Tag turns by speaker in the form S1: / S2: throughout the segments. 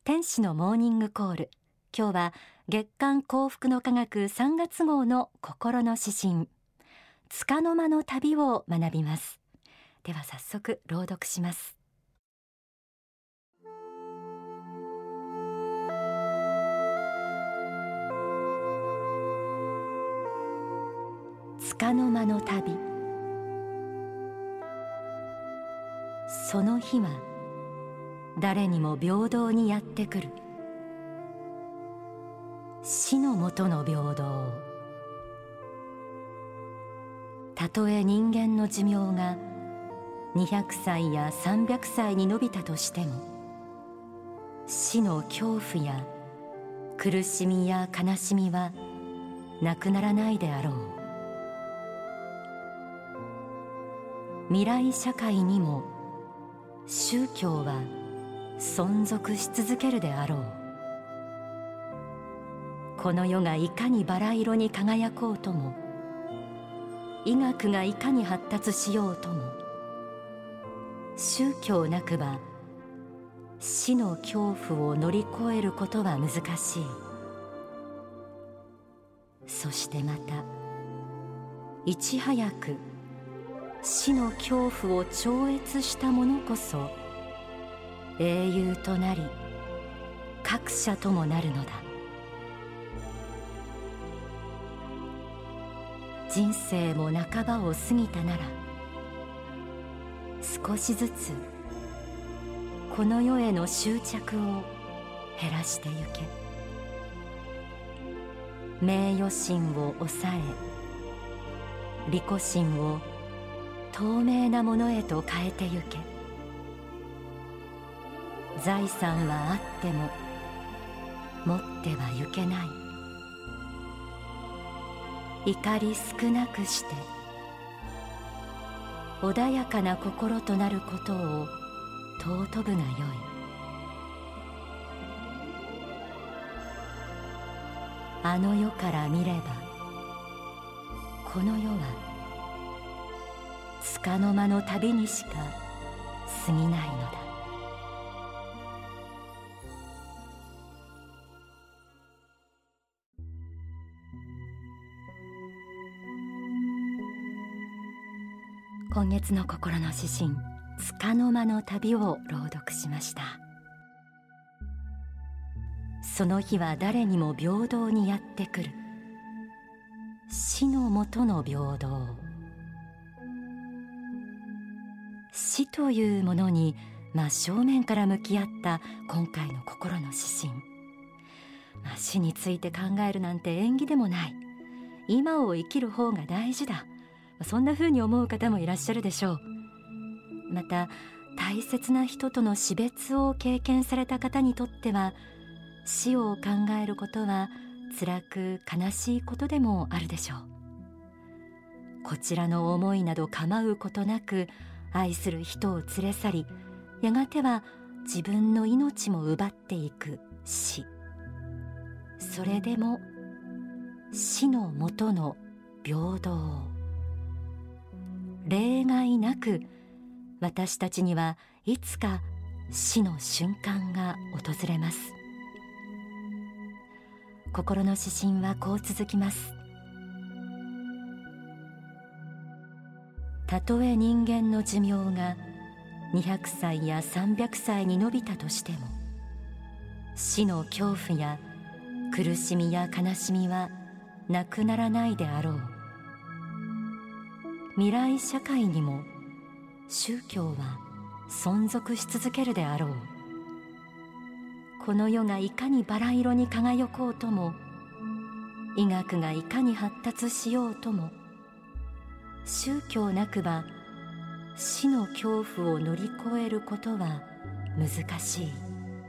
S1: 天使のモーニングコール。今日は月刊幸福の科学3月号の心の指針、束の間の旅を学びます。では早速朗読します。束の間の旅。その日は誰にも平等にやってくる。死のもとの平等。たとえ人間の寿命が200歳や300歳に伸びたとしても、死の恐怖や苦しみや悲しみはなくならないであろう。未来社会にも宗教は存続し続けるであろう。この世がいかにバラ色に輝こうとも、医学がいかに発達しようとも、宗教なくば死の恐怖を乗り越えることは難しい。そしてまたいち早く死の恐怖を超越したものこそ英雄となり格者ともなるのだ。人生も半ばを過ぎたなら、少しずつこの世への執着を減らしてゆけ。名誉心を抑え、利己心を透明なものへと変えてゆけ。財産はあっても持ってはゆけない。怒り少なくして穏やかな心となることを尊ぶがよい。あの世から見ればこの世は束の間の旅にしか過ぎないのだ。今月の心の指針、束の間の旅を朗読しました。その日は誰にも平等にやってくる。死のもとの平等。死というものに真正面から向き合った今回の心の指針。死について考えるなんて縁起でもない。今を生きる方が大事だ。そんな風に思う方もいらっしゃるでしょう。また大切な人との死別を経験された方にとっては、死を考えることは辛く悲しいことでもあるでしょう。こちらの思いなど構うことなく愛する人を連れ去り、やがては自分の命も奪っていく死。それでも死のもとの平等。例外なく私たちにはいつか死の瞬間が訪れます。心の指針はこう続きます。たとえ人間の寿命が200歳や300歳に伸びたとしても、死の恐怖や苦しみや悲しみはなくならないであろう。未来社会にも宗教は存続し続けるであろう。この世がいかにバラ色に輝こうとも、医学がいかに発達しようとも、宗教なくば死の恐怖を乗り越えることは難しい。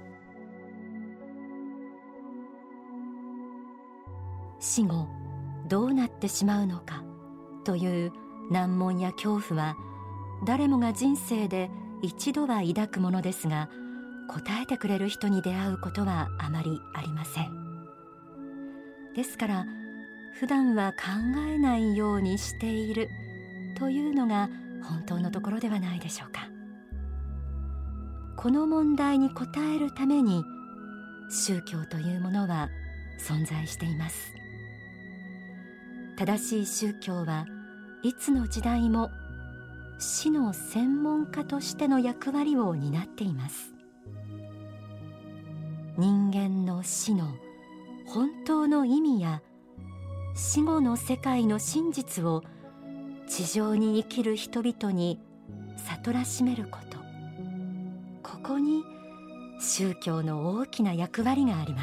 S1: 死後どうなってしまうのかという難問や恐怖は誰もが人生で一度は抱くものですが、答えてくれる人に出会うことはあまりありません。ですから普段は考えないようにしているというのが本当のところではないでしょうか。この問題に答えるために宗教というものは存在しています。正しい宗教はいつの時代も死の専門家としての役割を担っています。人間の死の本当の意味や死後の世界の真実を地上に生きる人々に悟らしめること、ここに宗教の大きな役割があります。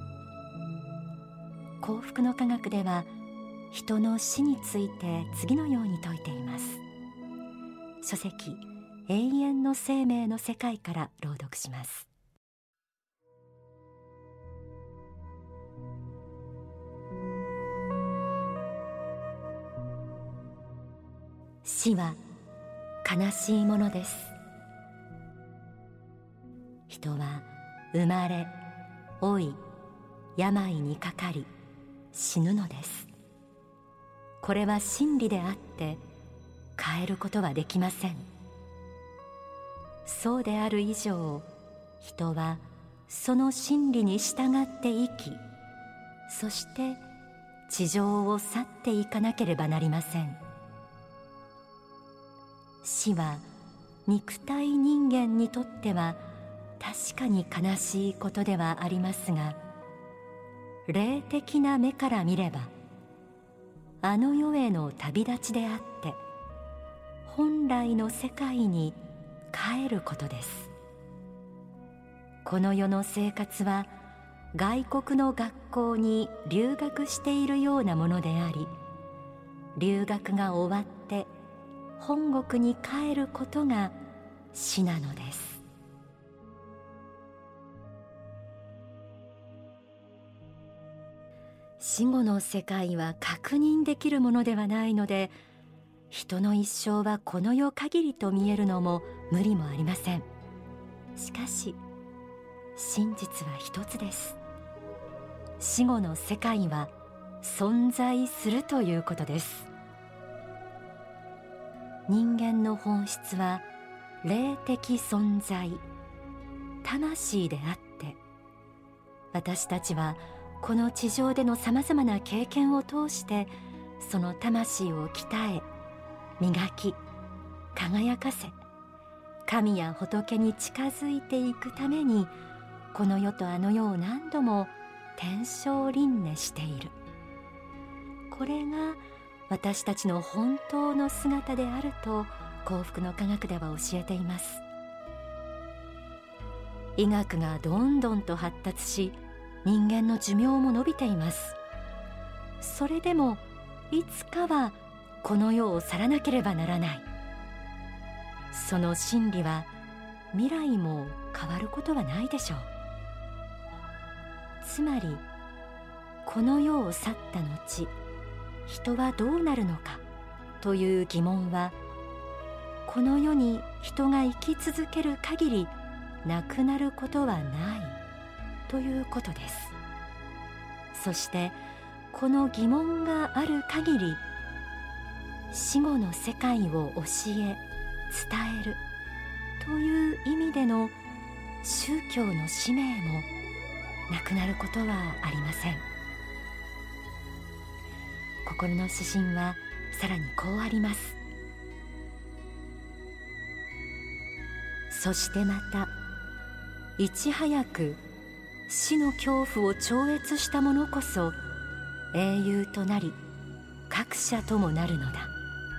S1: 幸福の科学では人の死について次のように説いています。書籍永遠の生命の世界から朗読します。死は悲しいものです。人は生まれ老い病にかかり死ぬのです。これは真理であって変えることはできません。そうである以上、人はその真理に従って生き、そして地上を去っていかなければなりません。死は肉体人間にとっては確かに悲しいことではありますが、霊的な目から見ればあの世への旅立ちであって本来の世界に帰ることです。この世の生活は外国の学校に留学しているようなものであり、留学が終わって本国に帰ることが死なのです。死後の世界は確認できるものではないので、人の一生はこの世限りと見えるのも無理もありません。しかし真実は一つです。死後の世界は存在するということです。人間の本質は霊的存在、魂であって、私たちはこの地上でのさまざまな経験を通してその魂を鍛え磨き輝かせ、神や仏に近づいていくためにこの世とあの世を何度も天正輪廻している。これが私たちの本当の姿であると幸福の科学では教えています。医学がどんどんと発達し、人間の寿命も伸びています。それでもいつかはこの世を去らなければならない。その真理は未来も変わることはないでしょう。つまりこの世を去った後、人はどうなるのかという疑問は、この世に人が生き続ける限りなくなることはないということです。そしてこの疑問がある限り、死後の世界を教え伝えるという意味での宗教の使命もなくなることはありません。心の指針はさらにこうあります。そしてまた、いち早く死の恐怖を超越したものこそ英雄となり覚者ともなるのだ。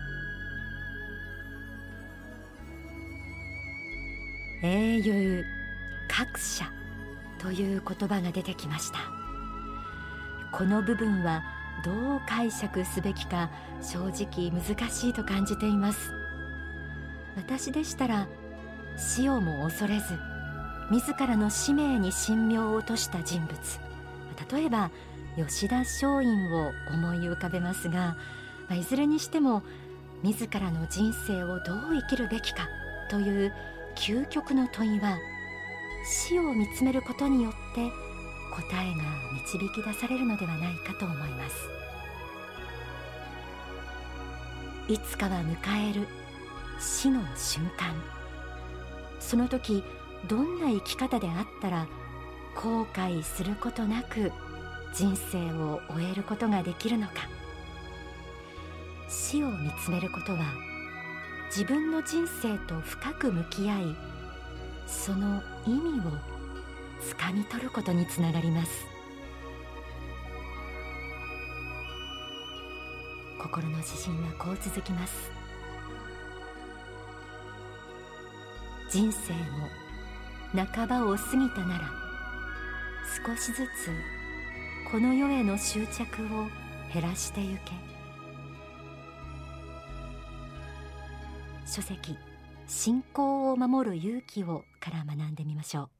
S1: 英雄、覚者という言葉が出てきました。この部分はどう解釈すべきか正直難しいと感じています。私でしたら死をも恐れず自らの使命に神妙を落とした人物、例えば吉田松陰を思い浮かべますが、いずれにしても自らの人生をどう生きるべきかという究極の問いは、死を見つめることによって答えが導き出されるのではないかと思います。いつかは迎える死の瞬間、その時どんな生き方であったら後悔することなく人生を終えることができるのか。死を見つめることは自分の人生と深く向き合い、その意味をつかみ取ることにつながります。心の指針はこう続きます。人生も半ばを過ぎたなら、少しずつこの世への執着を減らしてゆけ。書籍信仰を守る勇気をから学んでみましょ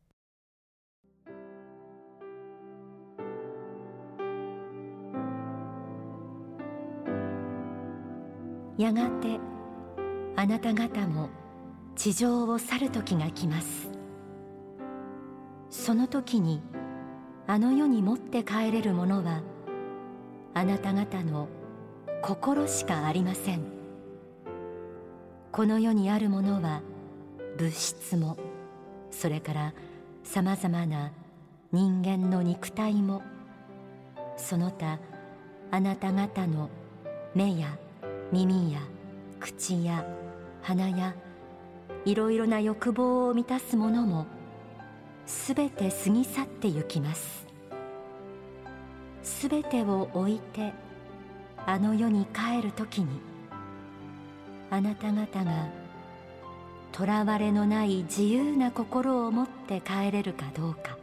S1: う。やがてあなた方も地上を去る時が来ます。その時にあの世に持って帰れるものはあなた方の心しかありません。この世にあるものは物質も、それからさまざまな人間の肉体も、その他あなた方の目や耳や口や鼻やいろいろな欲望を満たすものもすべて過ぎ去ってゆきます。すべてを置いてあの世に帰るときに、あなた方がとらわれのない自由な心を持って帰れるかどうか、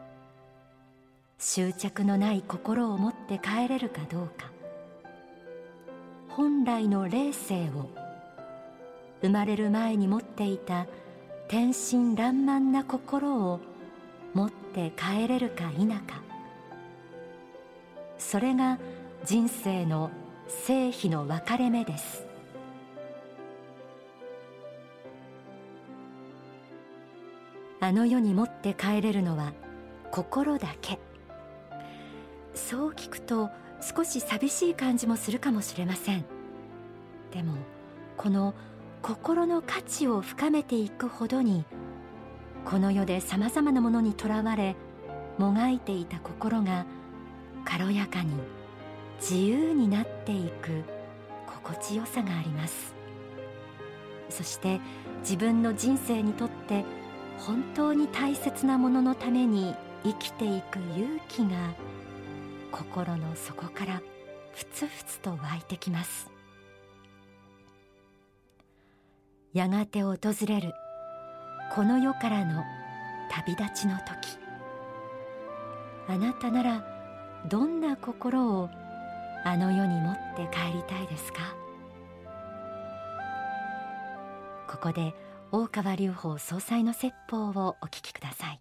S1: 執着のない心を持って帰れるかどうか、本来の霊性を生まれる前に持っていた天真爛漫な心を持って帰れるか否か、それが人生の成否の分かれ目です。あの世に持って帰れるのは心だけ。そう聞くと少し寂しい感じもするかもしれません。でもこの心の価値を深めていくほどに、この世でさまざまなものにとらわれもがいていた心が軽やかに自由になっていく心地よさがあります。そして自分の人生にとって本当に大切なもののために生きていく勇気が心の底からふつふつと湧いてきます。やがて訪れるこの世からの旅立ちの時、あなたならどんな心をあの世に持って帰りたいですか。ここで大川隆法総裁の説法をお聞きください。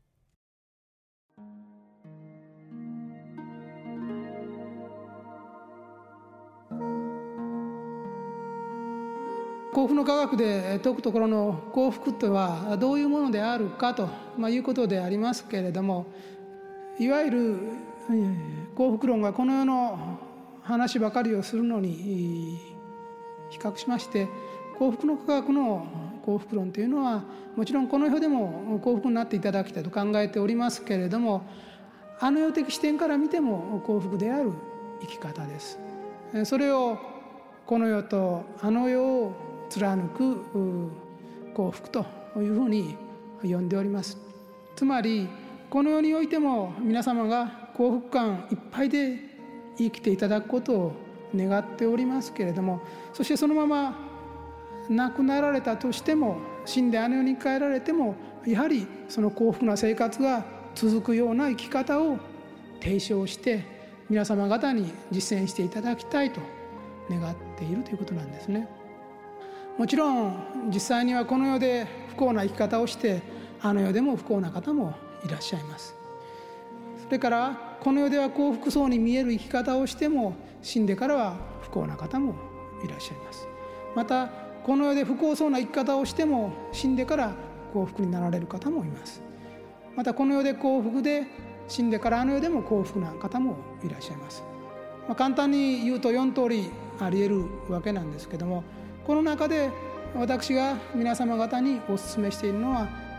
S2: 幸福の科学で説くところの幸福とはどういうものであるかということでありますけれども、いわゆる幸福論がこの世の話ばかりをするのに比較しまして、幸福の科学の幸福論というのはもちろんこの世でも幸福になっていただきたいと考えておりますけれども、あの世的視点から見ても幸福である生き方です。それをこの世とあの世を貫く幸福というふうに呼んでおります。つまりこの世においても皆様が幸福感いっぱいで生きていただくことを願っておりますけれども、そしてそのまま亡くなられたとしても、死んであの世に帰られても、やはりその幸福な生活が続くような生き方を提唱して皆様方に実践していただきたいと願っているということなんですね。もちろん実際にはこの世で不幸な生き方をしてあの世でも不幸な方もいらっしゃいます。それからこの世では幸福そうに見える生き方をしても死んでからは不幸な方もいらっしゃいます。またこの世で不幸そうな生き方をしても死んでから幸福になられる方もいます。またこの世で幸福で死んでからあの世でも幸福な方もいらっしゃいます。簡単に言うと4通りあり得るわけなんですけども、この中で私が皆様方にお勧めしているのは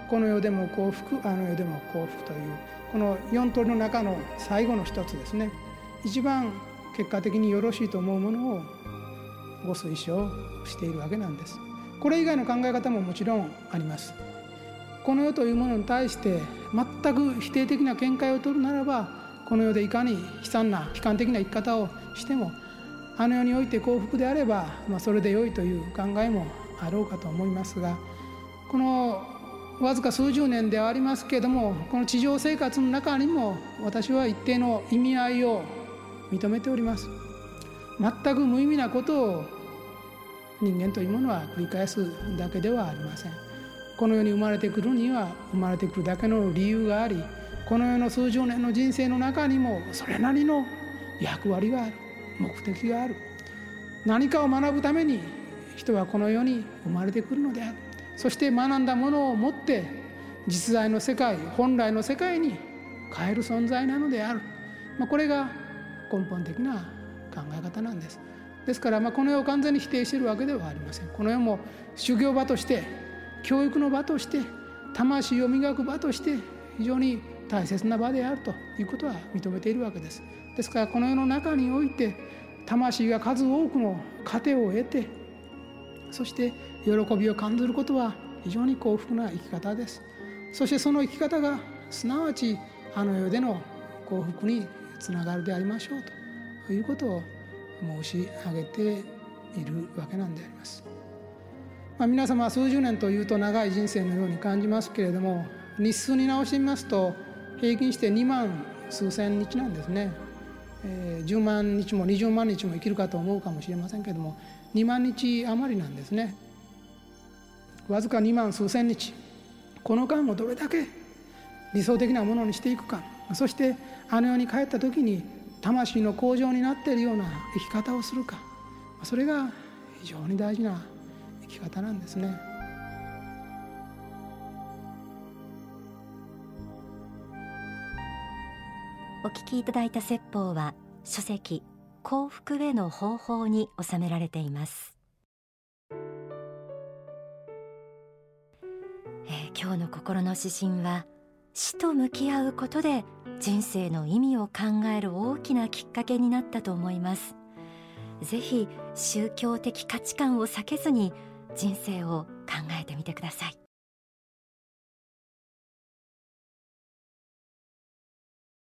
S2: この世でも幸福、あの世でも幸福というこの4通りの中の最後の一つですね。一番結果的によろしいと思うものをご推奨しているわけなんです。これ以外の考え方ももちろんあります。この世というものに対して全く否定的な見解を取るならば、この世でいかに悲惨な悲観的な生き方をしてもあの世において幸福であれば、それで良いという考えもあろうかと思いますが、このわずか数十年ではありますけれども、この地上生活の中にも私は一定の意味合いを認めております。全く無意味なことを人間というものは繰り返すだけではありません。この世に生まれてくるには生まれてくるだけの理由があり、この世の数十年の人生の中にもそれなりの役割がある、目的がある。何かを学ぶために人はこの世に生まれてくるのである。そして学んだものを持って実在の世界、本来の世界に変える存在なのである。これが根本的な考え方なんです。ですからこの世を完全に否定しているわけではありません。この世も修行場として、教育の場として、魂を磨く場として非常に大切な場であるということは認めているわけです。ですからこの世の中において魂が数多くの糧を得て、そして喜びを感じることは非常に幸福な生き方です。そしてその生き方がすなわちあの世での幸福につながるでありましょうということを申し上げているわけなんであります。皆様は数十年というと長い人生のように感じますけれども、日数に直してみますと平均して2万数千日なんですね。10万日も20万日も生きるかと思うかもしれませんけれども、2万日余りなんですね。わずか2万数千日、この間をどれだけ理想的なものにしていくか、そしてあの世に帰った時に魂の向上になっているような生き方をするか、それが非常に大事な生き方なんですね。
S1: お聞きいただいた説法は書籍幸福への方法に収められています。今日の心の指針は、死と向き合うことで人生の意味を考える大きなきっかけになったと思います。ぜひ宗教的価値観を避けずに人生を考えてみてください。